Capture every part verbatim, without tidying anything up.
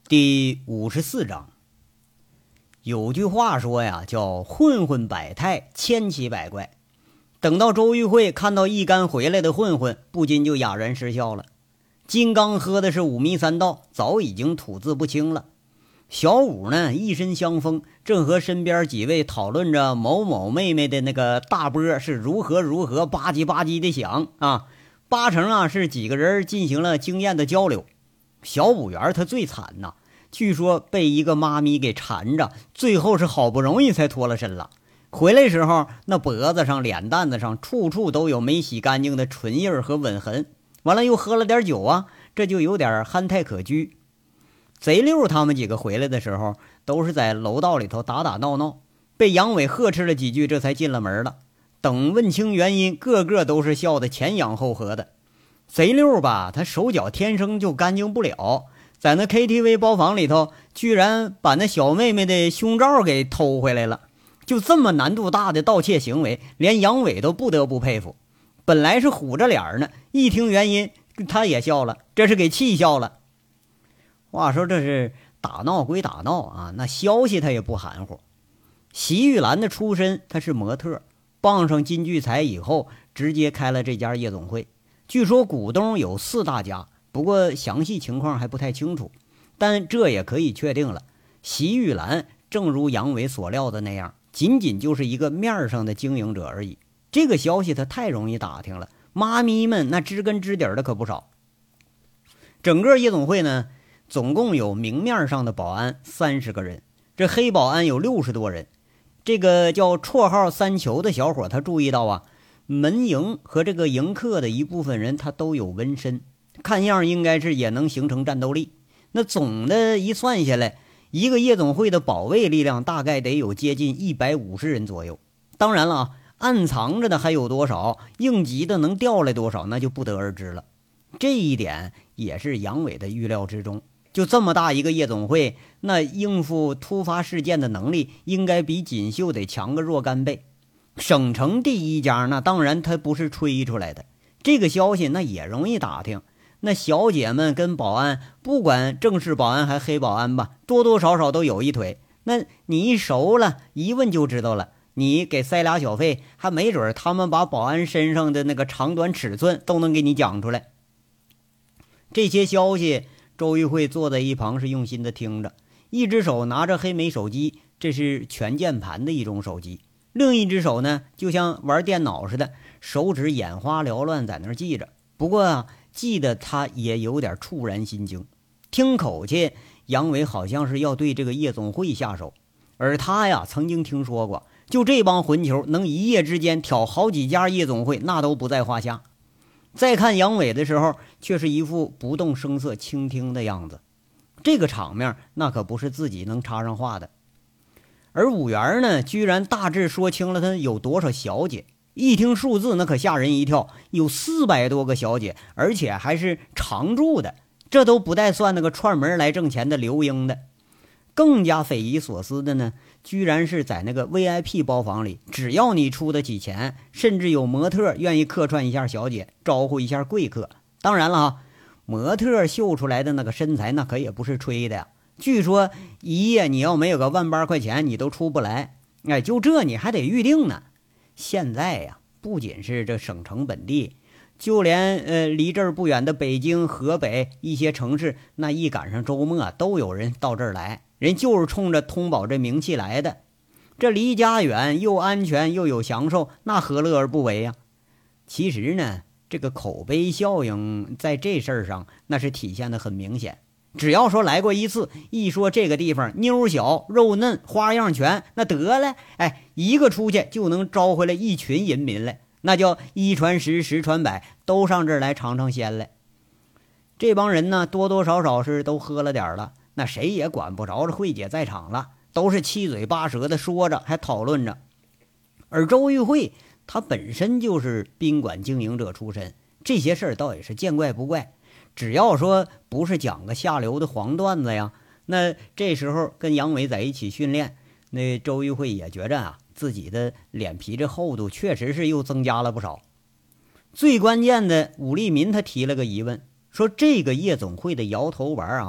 第五十四章，有句话说呀，叫混混百态，千奇百怪。等到周玉慧看到一干回来的混混，不禁就哑然失笑了。金刚喝的是五迷三道，早已经吐字不清了。小五呢，一身香风，正和身边几位讨论着某某妹妹的那个大波是如何如何吧唧吧唧的响啊，八成啊是几个人进行了经验的交流。小五元他最惨呐，据说被一个妈咪给缠着，最后是好不容易才脱了身了。回来时候，那脖子上、脸蛋子上，处处都有没洗干净的唇印和吻痕。完了又喝了点酒啊，这就有点憨态可掬。贼溜他们几个回来的时候，都是在楼道里头打打闹闹，被杨伟呵斥了几句，这才进了门了。等问清原因，个个都是笑得前仰后合的。贼溜吧，他手脚天生就干净不了，在那 K T V 包房里头，居然把那小妹妹的胸罩给偷回来了。就这么难度大的盗窃行为，连杨伟都不得不佩服。本来是虎着脸呢，一听原因，他也笑了，这是给气笑了。话说这是打闹归打闹啊，那消息他也不含糊。席玉兰的出身，他是模特，傍上金聚财以后，直接开了这家夜总会。据说股东有四大家，不过详细情况还不太清楚。但这也可以确定了，席玉兰正如杨伟所料的那样，仅仅就是一个面上的经营者而已。这个消息他太容易打听了，妈咪们那知根知底的可不少。整个夜总会呢，总共有明面上的保安三十个人，这黑保安有六十多人。这个叫绰号三球的小伙他注意到啊，门迎和这个迎客的一部分人他都有纹身，看样应该是也能形成战斗力。那总的一算下来，一个夜总会的保卫力量大概得有接近一百五十人左右。当然了啊，暗藏着的还有多少，应急的能调来多少，那就不得而知了。这一点也是杨伟的预料之中。就这么大一个夜总会，那应付突发事件的能力应该比锦绣得强个若干倍。省城第一家，那当然他不是吹出来的。这个消息那也容易打听。那小姐们跟保安，不管正式保安还黑保安吧，多多少少都有一腿。那你一熟了，一问就知道了。你给塞俩小费，还没准他们把保安身上的那个长短尺寸都能给你讲出来。这些消息，周玉慧坐在一旁是用心的听着，一只手拿着黑莓手机，这是全键盘的一种手机，另一只手呢就像玩电脑似的，手指眼花缭乱在那儿记着。不过啊，记得他也有点触然心惊。听口气，杨伟好像是要对这个夜总会下手，而他呀曾经听说过，就这帮混球能一夜之间挑好几家夜总会，那都不在话下。再看杨伟的时候，却是一副不动声色倾听的样子。这个场面那可不是自己能插上话的。而五元呢，居然大致说清了他有多少小姐。一听数字那可吓人一跳，有四百多个小姐，而且还是常住的，这都不带算那个串门来挣钱的刘英的。更加匪夷所思的呢，居然是在那个 V I P 包房里，只要你出得起钱，甚至有模特愿意客串一下小姐，招呼一下贵客。当然了哈，模特秀出来的那个身材那可也不是吹的呀，据说一夜你要没有个万八块钱你都出不来。哎，就这你还得预定呢。现在呀，不仅是这省城本地，就连呃离这儿不远的北京、河北一些城市，那一赶上周末都有人到这儿来，人就是冲着通宝这名气来的。这离家远又安全又有享受，那何乐而不为呀？其实呢，这个口碑效应在这事儿上那是体现得很明显。只要说来过一次，一说这个地方妞小肉嫩花样全，那得了，哎，一个出去就能招回来一群人民来，那叫一传十十传百，都上这儿来尝尝鲜来。这帮人呢，多多少少是都喝了点了，那谁也管不着这慧姐在场了，都是七嘴八舌的说着还讨论着。而周玉慧她本身就是宾馆经营者出身，这些事儿倒也是见怪不怪。只要说不是讲个下流的黄段子呀，那这时候跟杨伟在一起训练，那周玉慧也觉着啊，自己的脸皮这厚度确实是又增加了不少。最关键的，武立民他提了个疑问，说这个夜总会的摇头丸啊，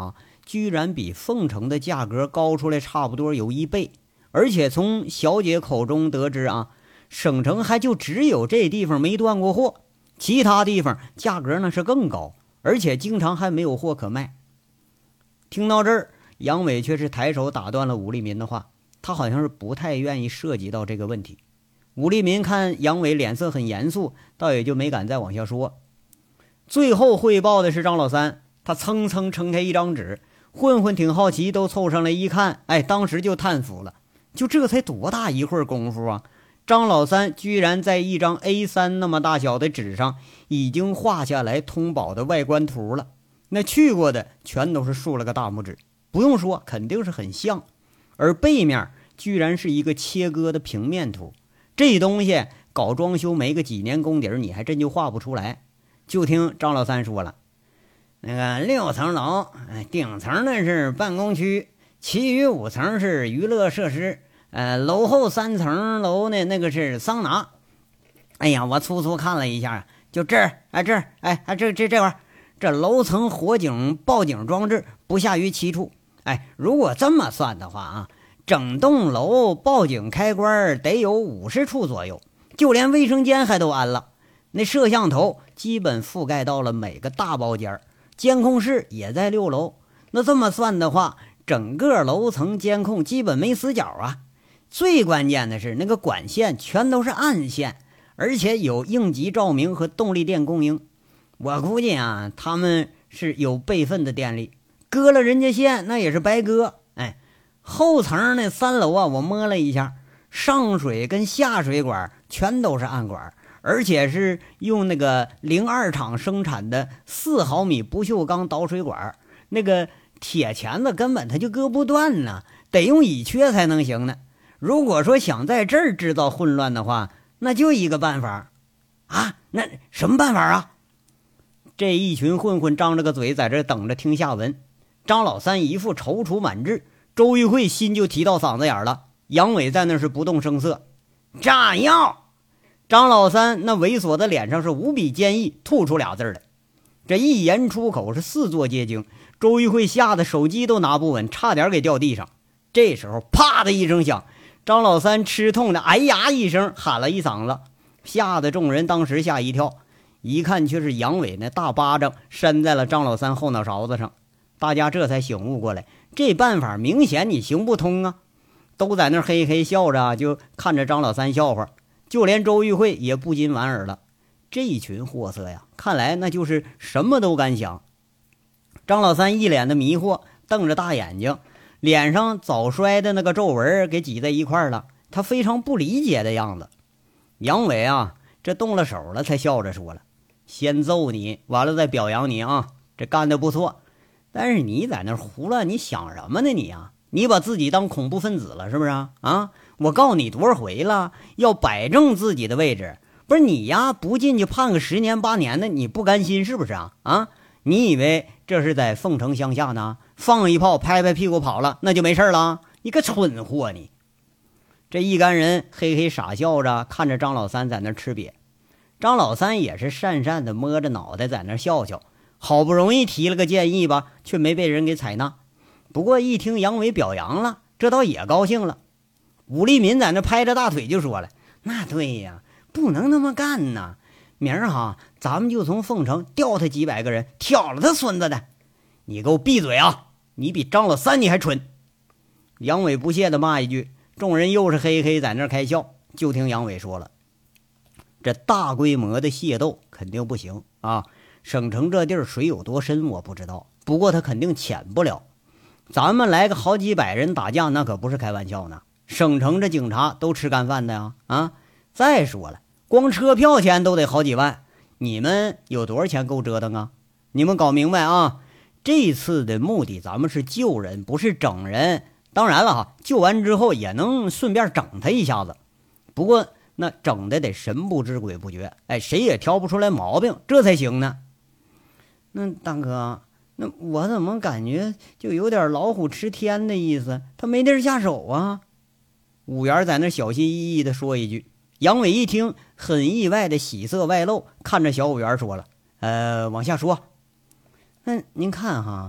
居然比凤城的价格高出来差不多有一倍。而且从小姐口中得知啊，省城还就只有这地方没断过货，其他地方价格呢是更高，而且经常还没有货可卖。听到这儿，杨伟却是抬手打断了武立民的话，他好像是不太愿意涉及到这个问题。武立民看杨伟脸色很严肃，倒也就没敢再往下说。最后汇报的是张老三，他蹭蹭撑开一张纸，混混挺好奇，都凑上来一看，哎，当时就叹服了。就这才多大一会儿功夫啊，张老三居然在一张 A 三 那么大小的纸上已经画下来通宝的外观图了。那去过的全都是竖了个大拇指，不用说肯定是很像。而背面居然是一个切割的平面图，这东西搞装修没个几年功底儿，你还真就画不出来。就听张老三说了，那个六层楼，顶层呢是办公区，其余五层是娱乐设施，呃，楼后三层楼呢那个是桑拿。哎呀，我粗粗看了一下，就这儿，哎这儿，哎哎这这这块儿，这楼层火警报警装置不下于七处。哎，如果这么算的话啊，整栋楼报警开关得有五十处左右，就连卫生间还都安了。那摄像头基本覆盖到了每个大包间，监控室也在六楼。那这么算的话，整个楼层监控基本没死角啊。最关键的是那个管线全都是暗线，而且有应急照明和动力电供应。我估计啊，他们是有备份的电力，割了人家线那也是白割。哎，后层那三楼啊，我摸了一下，上水跟下水管全都是暗管，而且是用那个零二厂生产的四毫米不锈钢导水管，那个铁钳子根本它就割不断呢，得用乙炔才能行呢。如果说想在这儿制造混乱的话，那就一个办法啊。那什么办法啊？这一群混混张着个嘴在这等着听下文。张老三一副踌躇满志，周玉慧心就提到嗓子眼了。杨伟在那是不动声色。炸药！张老三那猥琐的脸上是无比坚毅，吐出俩字来。这一言出口是四座皆惊，周玉慧吓得手机都拿不稳，差点给掉地上。这时候啪的一声响，张老三吃痛的哎呀一声喊了一嗓子，吓得众人当时吓一跳，一看却是杨伟那大巴掌扇在了张老三后脑勺子上。大家这才醒悟过来，这办法明显你行不通啊，都在那嘿嘿笑着，就看着张老三笑话。就连周玉慧也不禁莞尔了，这一群货色呀，看来那就是什么都敢想。张老三一脸的迷惑，瞪着大眼睛，脸上早衰的那个皱纹给挤在一块了，他非常不理解的样子。杨伟啊，这动了手了，才笑着说了，先揍你，完了再表扬你啊，这干得不错。但是你在那胡乱，你想什么呢你啊？你把自己当恐怖分子了是不是啊？啊，我告诉你多少回了，要摆正自己的位置。不是你呀，不进去判个十年八年的，你不甘心是不是啊？啊，你以为这是在凤城乡下呢？放一炮，拍拍屁股跑了，那就没事了？你个蠢货你！这一干人嘿嘿傻笑着，看着张老三在那吃瘪。张老三也是讪讪的摸着脑袋在那笑笑，好不容易提了个建议吧，却没被人给采纳。不过一听杨伟表扬了，这倒也高兴了。武立民在那拍着大腿就说了，那对呀，不能那么干呐，明儿哈咱们就从凤城调他几百个人，挑了他孙子的。你给我闭嘴啊，你比张老三你还蠢！杨伟不屑地骂一句，众人又是嘿嘿在那开笑。就听杨伟说了，这大规模的械斗肯定不行啊，省城这地儿水有多深我不知道，不过他肯定浅不了。咱们来个好几百人打架，那可不是开玩笑呢。省城这警察都吃干饭的呀！啊，再说了，光车票钱都得好几万，你们有多少钱够折腾啊？你们搞明白啊！这次的目的咱们是救人，不是整人。当然了哈，救完之后也能顺便整他一下子，不过那整的得神不知鬼不觉，哎，谁也挑不出来毛病，这才行呢。那大哥，那我怎么感觉就有点老虎吃天的意思？他没地儿下手啊！五元在那小心翼翼地说一句。杨伟一听，很意外的喜色外露，看着小五元说了：“呃，往下说。那您看哈，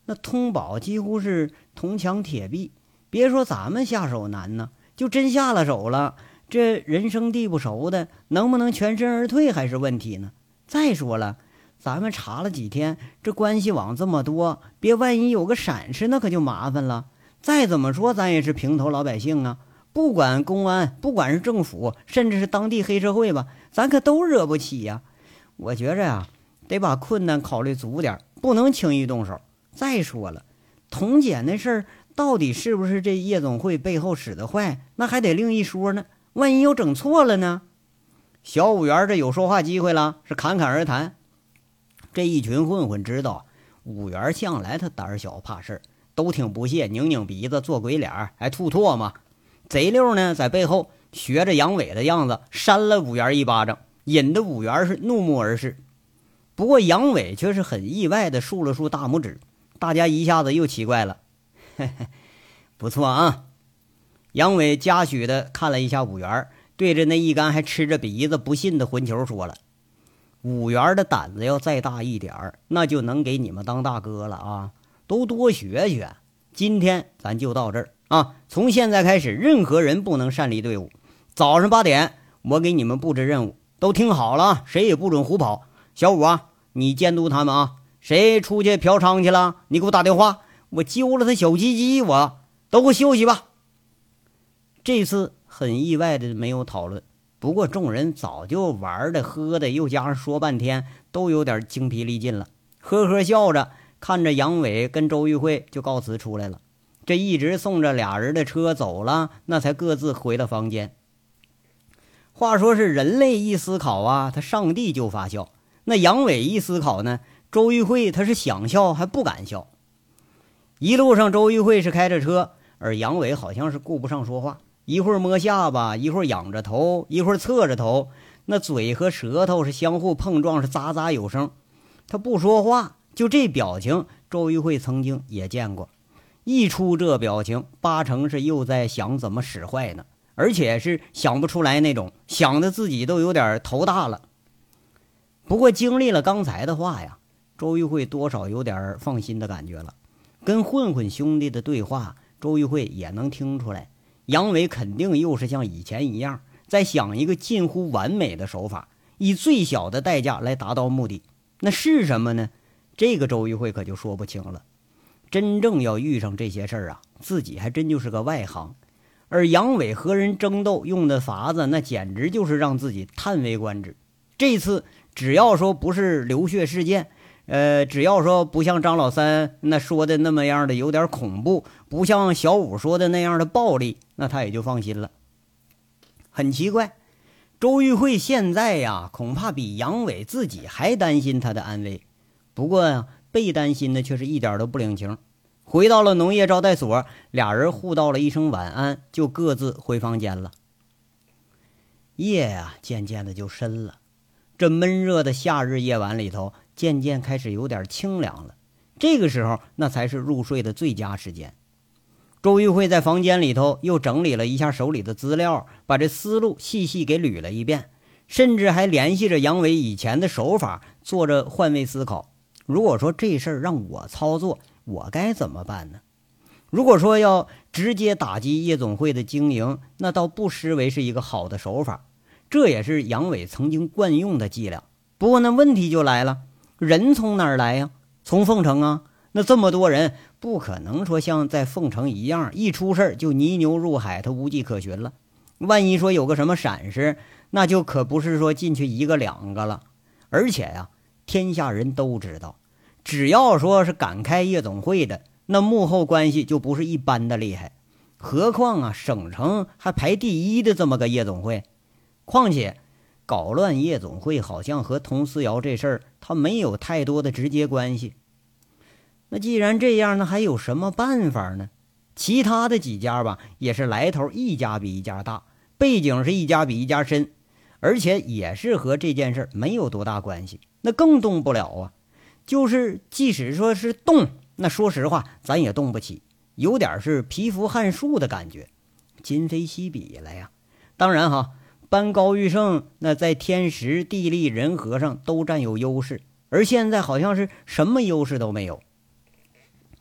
那通宝几乎是铜墙铁壁，别说咱们下手难呢，就真下了手了，这人生地不熟的，能不能全身而退还是问题呢。再说了，咱们查了几天，这关系网这么多，别万一有个闪失，那可就麻烦了。再怎么说，咱也是平头老百姓啊，不管公安，不管是政府，甚至是当地黑社会吧，咱可都惹不起呀。我觉着呀，得把困难考虑足点，不能轻易动手。再说了，童姐那事儿到底是不是这夜总会背后使的坏，那还得另一说呢。万一又整错了呢？小五元这有说话机会了，是侃侃而谈。这一群混混知道五元向来他胆小怕事儿，都挺不屑，拧拧鼻子做鬼脸，还吐唾沫。贼溜呢，在背后学着杨伟的样子，扇了五元一巴掌，引得五元是怒目而视。不过杨伟却是很意外的竖了竖大拇指，大家一下子又奇怪了。嘿嘿，不错啊。杨伟嘉许的看了一下五元，对着那一干还吃着鼻子不信的混球说了：五元的胆子要再大一点儿，那就能给你们当大哥了啊！都多学学。今天咱就到这儿啊！从现在开始，任何人不能擅离队伍。早上八点，我给你们布置任务，都听好了，谁也不准胡跑。小五啊，你监督他们啊！谁出去嫖娼去了，你给我打电话，我揪了他小鸡鸡，我都给我休息吧。这次很意外的没有讨论，不过众人早就玩的喝的，又加上说半天，都有点精疲力尽了，呵呵笑着看着杨伟跟周玉慧就告辞出来了。这一直送着俩人的车走了，那才各自回了房间。话说是人类一思考啊，他上帝就发笑。那杨伟一思考呢，周玉慧他是想笑还不敢笑。一路上周玉慧是开着车，而杨伟好像是顾不上说话，一会儿摸下巴，一会儿仰着头，一会儿侧着头，那嘴和舌头是相互碰撞，是喳喳有声。他不说话，就这表情，周玉慧曾经也见过。一出这表情，八成是又在想怎么使坏呢，而且是想不出来那种，想的自己都有点头大了。不过经历了刚才的话呀，周玉慧多少有点放心的感觉了。跟混混兄弟的对话，周玉慧也能听出来，杨伟肯定又是像以前一样，在想一个近乎完美的手法，以最小的代价来达到目的。那是什么呢？这个周玉慧可就说不清了。真正要遇上这些事儿啊，自己还真就是个外行。而杨伟和人争斗用的法子，那简直就是让自己叹为观止。这次只要说不是流血事件，呃，只要说不像张老三那说的那么样的有点恐怖，不像小五说的那样的暴力，那他也就放心了。很奇怪，周玉慧现在呀，恐怕比杨伟自己还担心他的安危。不过呀，被担心的却是一点都不领情。回到了农业招待所，俩人互道了一声晚安，就各自回房间了。夜呀、啊，渐渐的就深了。这闷热的夏日夜晚里头，渐渐开始有点清凉了。这个时候，那才是入睡的最佳时间。周玉慧在房间里头又整理了一下手里的资料，把这思路细细给捋了一遍，甚至还联系着杨伟以前的手法，做着换位思考。如果说这事儿让我操作，我该怎么办呢？如果说要直接打击夜总会的经营，那倒不失为是一个好的手法，这也是杨伟曾经惯用的伎俩。不过那问题就来了，人从哪儿来呀？从凤城啊，那这么多人，不可能说像在凤城一样，一出事就泥牛入海，他无迹可寻了。万一说有个什么闪失，那就可不是说进去一个两个了。而且呀，天下人都知道，只要说是敢开夜总会的，那幕后关系就不是一般的厉害。何况啊，省城还排第一的这么个夜总会。况且搞乱夜总会好像和佟思瑶这事儿他没有太多的直接关系。那既然这样，那还有什么办法呢？其他的几家吧，也是来头一家比一家大，背景是一家比一家深，而且也是和这件事没有多大关系，那更动不了啊。就是即使说是动，那说实话咱也动不起，有点是蚍蜉撼树的感觉，今非昔比了呀。当然哈，班高玉胜那在天时地利人和上都占有优势，而现在好像是什么优势都没有。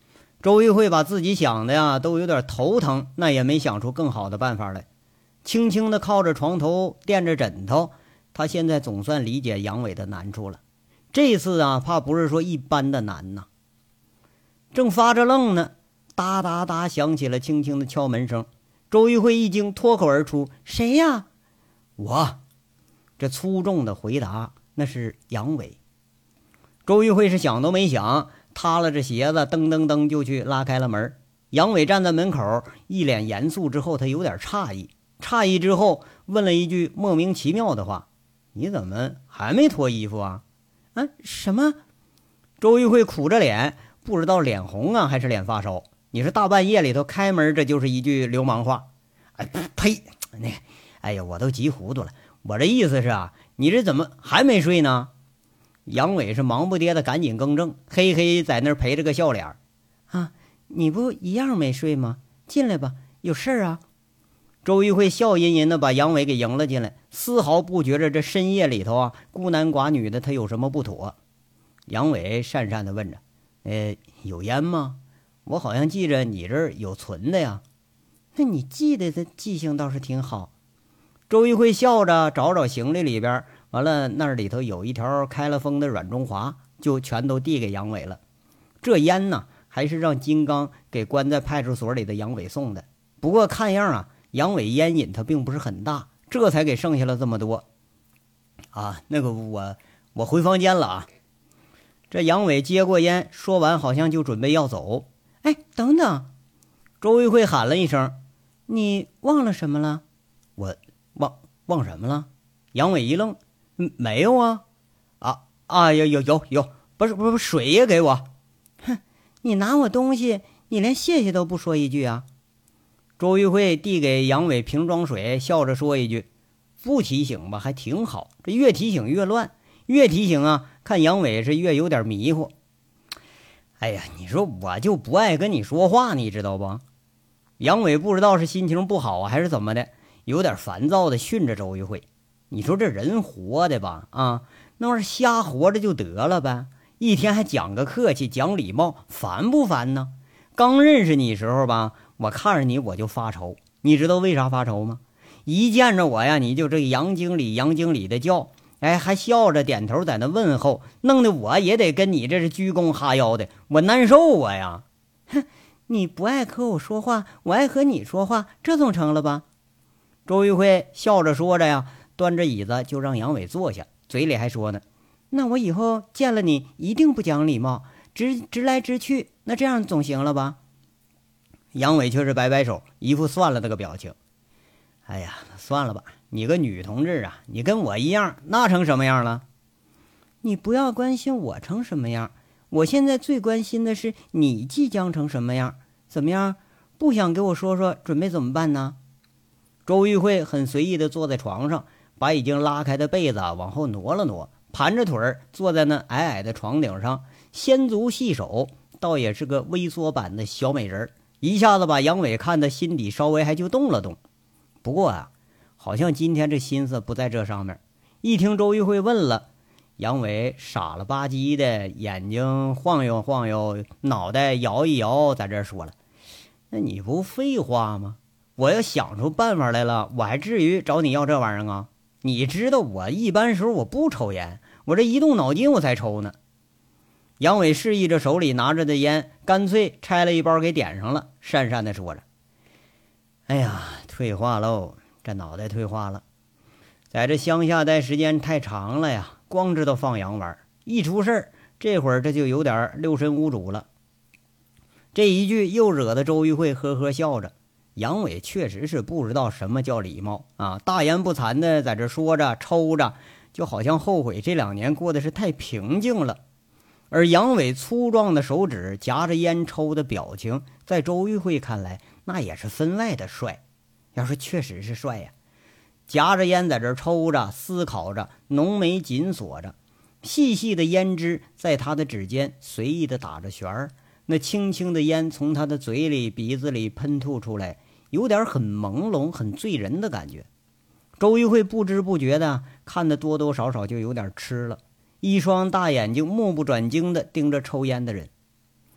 周玉慧把自己想的呀都有点头疼，那也没想出更好的办法来，轻轻地靠着床头垫着枕头。他现在总算理解杨伟的难处了，这次啊怕不是说一般的难呐。正发着愣呢，哒哒哒响起了轻轻的敲门声。周玉慧一惊，脱口而出：“谁呀？”“我。”这粗重的回答，那是杨伟。周玉慧是想都没想，踏了着鞋子，噔噔噔就去拉开了门。杨伟站在门口，一脸严肃，之后他有点诧异，诧异之后问了一句莫名其妙的话：“你怎么还没脱衣服啊？”“啊，什么？”周玉慧苦着脸，不知道脸红啊还是脸发烧。你说大半夜里头开门，这就是一句流氓话。哎呸！那，哎呀，我都急糊涂了。我这意思是啊，你这怎么还没睡呢？杨伟是忙不迭的赶紧更正，嘿嘿在那儿陪着个笑脸。啊，你不一样没睡吗？进来吧，有事儿啊。周玉慧笑吟吟的把杨伟给迎了进来，丝毫不觉着这深夜里头啊孤男寡女的他有什么不妥。杨伟讪讪的问着：“呃，有烟吗？我好像记着你这儿有存的呀。”“那你记得的记性倒是挺好。”周玉慧笑着找找行李里边，完了那里头有一条开了封的软中华，就全都递给杨伟了。这烟呢还是让金刚给关在派出所里的杨伟送的，不过看样啊杨伟烟瘾他并不是很大，这才给剩下了这么多。啊，那个我我回房间了啊。这杨伟接过烟，说完好像就准备要走。哎，等等！周玉慧喊了一声：“你忘了什么了？”“我忘忘什么了？”杨伟一愣：“嗯，没有啊。”“啊啊，有有有有，不是不是，水也给我。”“哼，你拿我东西，你连谢谢都不说一句啊！”周玉慧递给杨伟瓶装水，笑着说一句：“不提醒吧，还挺好。这越提醒越乱，越提醒啊，看杨伟是越有点迷糊。”“哎呀，你说我就不爱跟你说话，你知道不？”杨伟不知道是心情不好啊，还是怎么的，有点烦躁的训着周玉慧：“你说这人活的吧，啊，那玩意儿瞎活着就得了呗，一天还讲个客气，讲礼貌，烦不烦呢？刚认识你时候吧，我看着你我就发愁，你知道为啥发愁吗？一见着我呀，你就这个杨经理杨经理的叫，哎，还笑着点头在那问候，弄得我也得跟你这是鞠躬哈腰的，我难受我呀。”“哼，你不爱和我说话，我爱和你说话，这总成了吧？”周玉慧笑着说着呀，端着椅子就让杨伟坐下，嘴里还说呢：“那我以后见了你一定不讲礼貌，直直来直去，那这样总行了吧？”杨伟却是摆摆手，一副算了的个表情。“哎呀，算了吧，你个女同志啊，你跟我一样，那成什么样了？”“你不要关心我成什么样，我现在最关心的是你即将成什么样。怎么样，不想给我说说准备怎么办呢？”周玉慧很随意地坐在床上，把已经拉开的被子往后挪了挪，盘着腿儿坐在那矮矮的床顶上，纤足细手，倒也是个微缩版的小美人，一下子把杨伟看得心底稍微还就动了动。不过啊，好像今天这心思不在这上面。一听周玉慧问了，杨伟傻了吧唧的，眼睛晃悠晃悠，脑袋摇一摇，在这说了：“那你不废话吗？我要想出办法来了，我还至于找你要这玩意儿啊？你知道我一般时候我不抽烟，我这一动脑筋我才抽呢。”杨伟示意着手里拿着的烟，干脆拆了一包给点上了，讪讪地说着：“哎呀，退化喽，这脑袋退化了，在这乡下待时间太长了呀，光知道放羊玩，一出事儿，这会儿这就有点六神无主了。”这一句又惹得周玉慧呵呵笑着。杨伟确实是不知道什么叫礼貌啊，大言不惭的在这说着抽着，就好像后悔这两年过得是太平静了。而杨伟粗壮的手指夹着烟抽的表情，在周玉慧看来那也是分外的帅。要说确实是帅呀，夹着烟在这抽着，思考着，浓眉紧锁着，细细的烟汁在他的指尖随意的打着旋儿，那轻轻的烟从他的嘴里鼻子里喷吐出来，有点很朦胧很醉人的感觉。周玉慧不知不觉的看得多多少少就有点吃了，一双大眼睛目不转睛的盯着抽烟的人。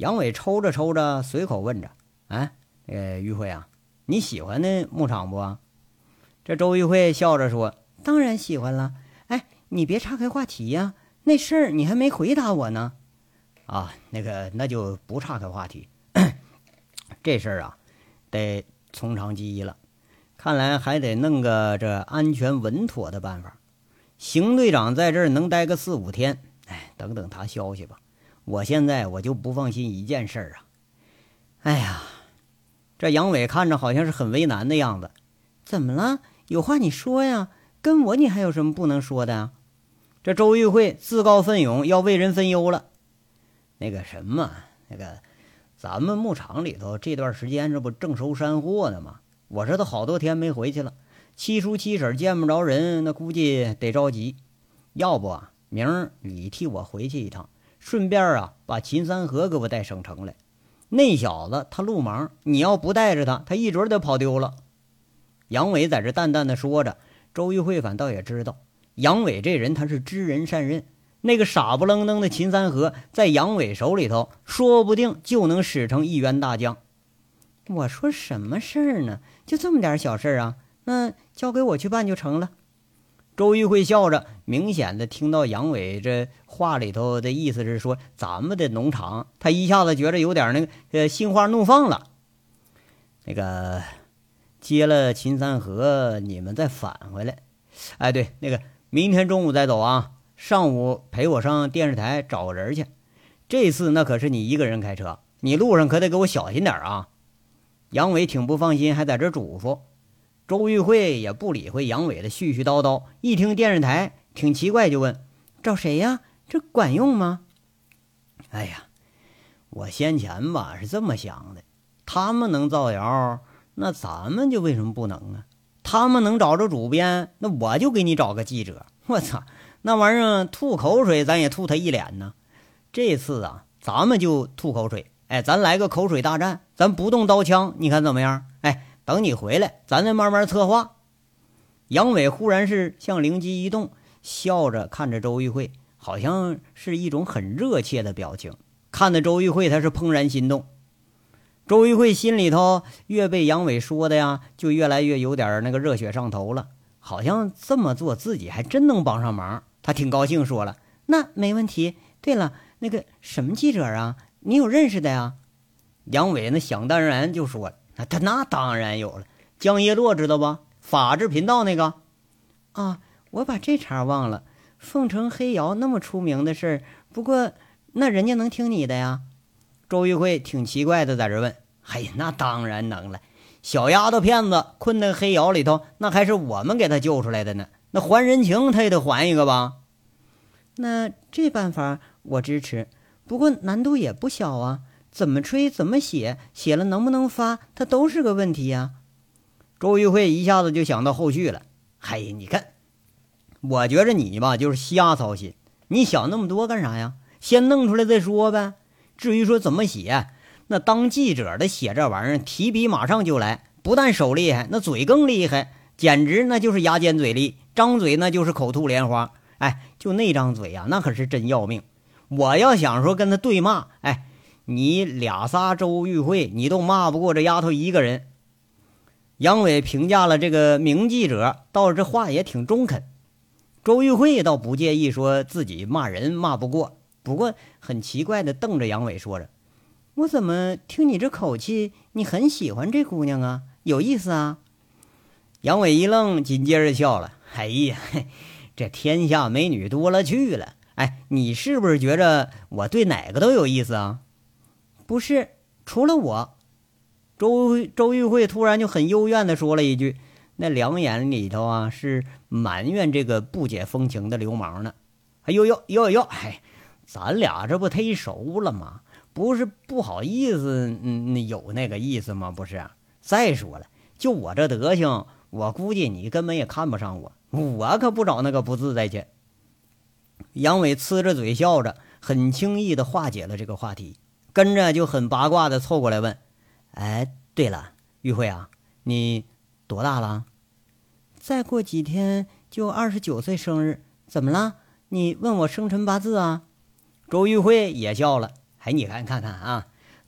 杨伟抽着抽着，随口问着：“哎，呃，玉慧啊，你喜欢那牧场不啊？”这周玉慧笑着说：“当然喜欢了。哎，你别岔开话题呀，那事儿你还没回答我呢。”啊，那个，那就不岔开话题。这事儿啊，得从长计议了。看来还得弄个这安全稳妥的办法。邢队长在这儿能待个四五天，哎，等等他消息吧。我现在我就不放心一件事儿啊。哎呀，这杨伟看着好像是很为难的样子。怎么了？有话你说呀，跟我你还有什么不能说的啊？这周玉慧自告奋勇要为人分忧了。那个什么，那个咱们牧场里头这段时间这不正收山货呢吗？我这都好多天没回去了，七叔七婶见不着人，那估计得着急。要不啊，明儿你替我回去一趟，顺便啊把秦三河给我带省城来。那小子他路盲，你要不带着他，他一准得跑丢了。杨伟在这淡淡的说着，周玉慧反倒也知道，杨伟这人他是知人善任，那个傻不愣登的秦三河在杨伟手里头，说不定就能使成一员大将。我说什么事儿呢？就这么点小事啊？那交给我去办就成了。周玉慧笑着，明显的听到杨伟这话里头的意思是说咱们的农场，他一下子觉得有点那个呃心花怒放了。那个接了秦三河，你们再返回来。哎，对，那个明天中午再走啊，上午陪我上电视台找个人去。这次那可是你一个人开车，你路上可得给我小心点啊。杨伟挺不放心，还在这嘱咐。周玉慧也不理会杨伟的絮絮叨叨，一听电视台挺奇怪，就问：找谁呀？这管用吗？哎呀，我先前吧是这么想的，他们能造谣，那咱们就为什么不能啊？他们能找着主编，那我就给你找个记者。我操，那玩意儿吐口水咱也吐他一脸呢。这次啊，咱们就吐口水，哎，咱来个口水大战，咱不动刀枪，你看怎么样？哎，等你回来，咱再慢慢策划。杨伟忽然是像灵机一动，笑着看着周玉慧，好像是一种很热切的表情，看得周玉慧他是怦然心动。周玉慧心里头越被杨伟说的呀，就越来越有点那个热血上头了，好像这么做自己还真能帮上忙。他挺高兴，说了：那没问题。对了，那个什么记者啊，你有认识的呀？杨伟那想当然就说：那他那当然有了，江叶落知道吧？法制频道那个啊，我把这茬忘了。凤城黑窑那么出名的事儿，不过那人家能听你的呀？周玉慧挺奇怪的在这问。嘿，那当然能了，小丫头片子困在黑窑里头，那还是我们给她救出来的呢，那还人情她也得还一个吧。那这办法我支持，不过难度也不小啊，怎么吹怎么写，写了能不能发，它都是个问题呀。周玉慧一下子就想到后续了。嘿，你看，我觉着你吧就是瞎操心，你想那么多干啥呀？先弄出来再说呗。至于说怎么写，那当记者的写这玩意儿，提笔马上就来，不但手厉害，那嘴更厉害，简直那就是牙尖嘴利，张嘴那就是口吐莲花。哎，就那张嘴啊，那可是真要命。我要想说跟他对骂，哎，你俩仨周玉慧，你都骂不过这丫头一个人。杨伟评价了这个名记者，倒这话也挺中肯。周玉慧倒不介意说自己骂人骂不过，不过很奇怪的瞪着杨伟说着：我怎么听你这口气，你很喜欢这姑娘啊，有意思啊？杨伟一愣，紧接着笑了：哎呀，这天下美女多了去了，哎，你是不是觉着我对哪个都有意思啊？不是，除了我。周周玉慧突然就很幽怨地说了一句，那两眼里头啊是埋怨这个不解风情的流氓呢。哎呦呦呦呦，哎，咱俩这不忒熟了吗？不是不好意思，嗯，有那个意思吗？不是。再说了，就我这德行，我估计你根本也看不上我，我可不找那个不自在去。杨伟呲着嘴笑着，很轻易地化解了这个话题，跟着就很八卦地凑过来问：哎，对了，玉慧啊，你多大了？再过几天就二十九岁生日，怎么了？你问我生辰八字啊？周玉慧也笑了。哎，你看看看啊，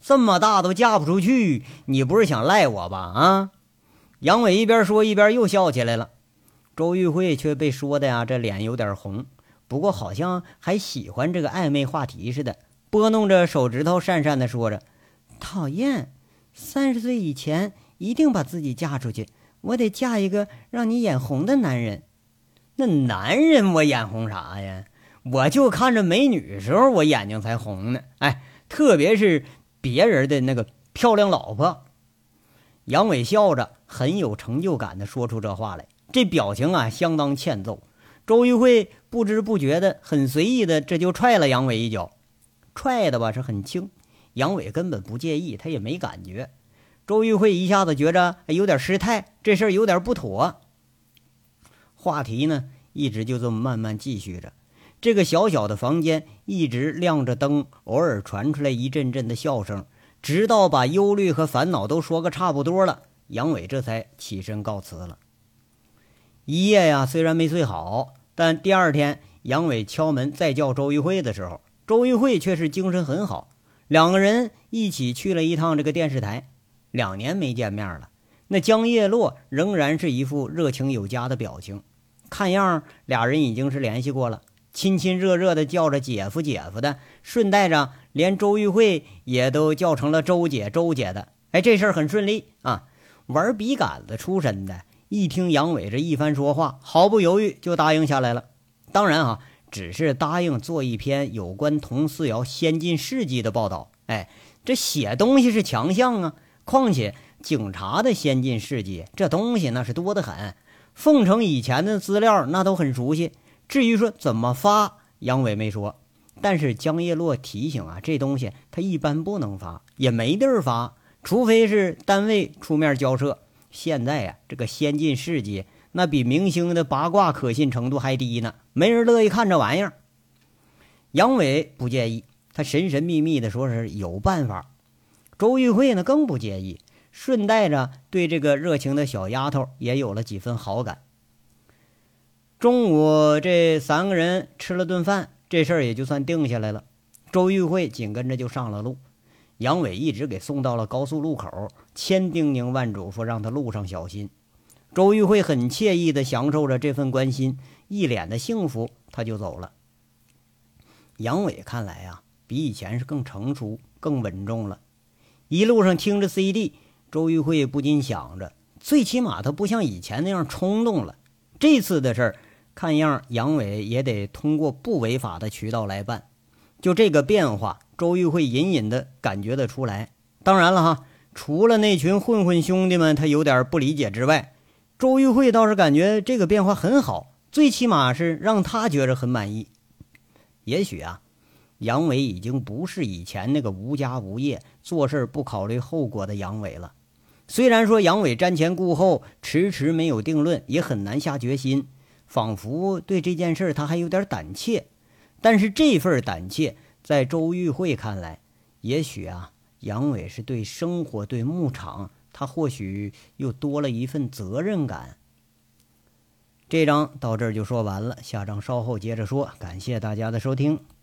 这么大都嫁不出去，你不是想赖我吧？啊！杨伟一边说一边又笑起来了。周玉慧却被说的呀，这脸有点红，不过好像还喜欢这个暧昧话题似的，拨弄着手指头讪讪的说着：“讨厌，三十岁以前一定把自己嫁出去，我得嫁一个让你眼红的男人。”那男人我眼红啥呀？我就看着美女时候我眼睛才红呢。哎，特别是别人的那个漂亮老婆。杨伟笑着很有成就感的说出这话来，这表情啊相当欠揍。周玉慧不知不觉的很随意的这就踹了杨伟一脚，踹的吧是很轻，杨伟根本不介意，他也没感觉。周玉慧一下子觉着有点失态，这事儿有点不妥。话题呢一直就这么慢慢继续着，这个小小的房间一直亮着灯，偶尔传出来一阵阵的笑声，直到把忧虑和烦恼都说个差不多了，杨伟这才起身告辞了。一夜呀虽然没睡好，但第二天杨伟敲门再叫周玉慧的时候，周玉慧却是精神很好，两个人一起去了一趟这个电视台。两年没见面了，那江叶落仍然是一副热情有加的表情，看样俩人已经是联系过了，亲亲热热的叫着姐夫姐夫的，顺带着连周玉慧也都叫成了周姐周姐的。哎，这事儿很顺利啊！玩笔杆子出身的，一听杨伟这一番说话，毫不犹豫就答应下来了。当然啊，只是答应做一篇有关佟四瑶先进事迹的报道。哎，这写东西是强项啊，况且警察的先进事迹这东西那是多得很，凤城以前的资料那都很熟悉。至于说怎么发，杨伟没说，但是江叶落提醒啊，这东西他一般不能发，也没地儿发，除非是单位出面交涉。现在呀、啊，这个先进事迹那比明星的八卦可信程度还低呢，没人乐意看这玩意儿。杨伟不介意，他神神秘秘的说是有办法。周玉慧呢更不介意，顺带着对这个热情的小丫头也有了几分好感。中午这三个人吃了顿饭，这事儿也就算定下来了。周玉慧紧跟着就上了路，杨伟一直给送到了高速路口，千叮咛万嘱咐让他路上小心。周玉慧很惬意地享受着这份关心，一脸的幸福，他就走了。杨伟看来啊，比以前是更成熟更稳重了。一路上听着 C D， 周玉慧不禁想着，最起码他不像以前那样冲动了。这次的事儿看样杨伟也得通过不违法的渠道来办。就这个变化，周玉慧隐隐的感觉得出来。当然了哈，除了那群混混兄弟们他有点不理解之外，周玉慧倒是感觉这个变化很好，最起码是让他觉着很满意。也许啊，杨伟已经不是以前那个无家无业、做事不考虑后果的杨伟了。虽然说杨伟瞻前顾后，迟迟没有定论，也很难下决心，仿佛对这件事他还有点胆怯。但是这份胆怯在周玉慧看来，也许啊，杨伟是对生活、对牧场，他或许又多了一份责任感。这章到这儿就说完了，下章稍后接着说。感谢大家的收听。